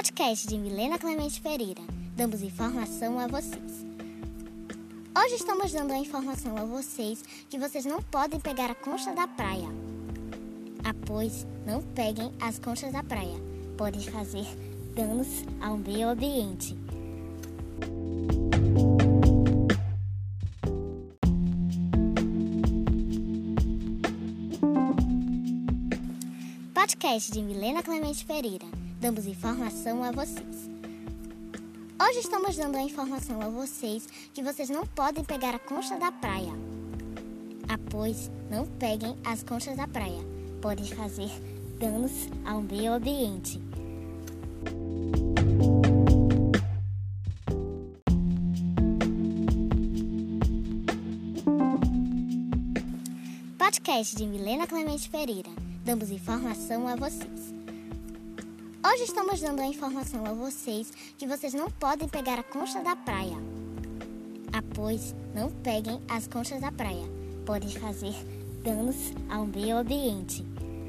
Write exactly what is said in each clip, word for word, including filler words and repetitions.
Podcast de Milena Clemente Pereira. Damos informação a vocês. Hoje estamos dando a informação a vocês que vocês não podem pegar a concha da praia. Após, não peguem as conchas da praia. Podem fazer danos ao meio ambiente. Podcast de Milena Clemente Pereira. Damos informação a vocês. Hoje estamos dando a informação a vocês que vocês não podem pegar a concha da praia. Após, não peguem as conchas da praia. Podem fazer danos ao meio ambiente. Podcast de Milena Clemente Pereira. Damos informação a vocês. Hoje estamos dando a informação a vocês que vocês não podem pegar a concha da praia. Após, não peguem as conchas da praia. Podem fazer danos ao meio ambiente.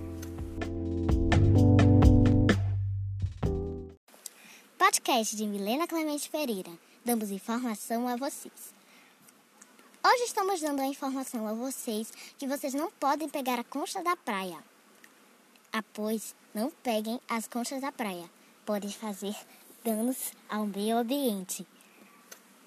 Podcast de Milena Clemente Pereira. Damos informação a vocês. Hoje estamos dando a informação a vocês que vocês não podem pegar a concha da praia. Após, não peguem as conchas da praia. Podem fazer danos ao meio ambiente.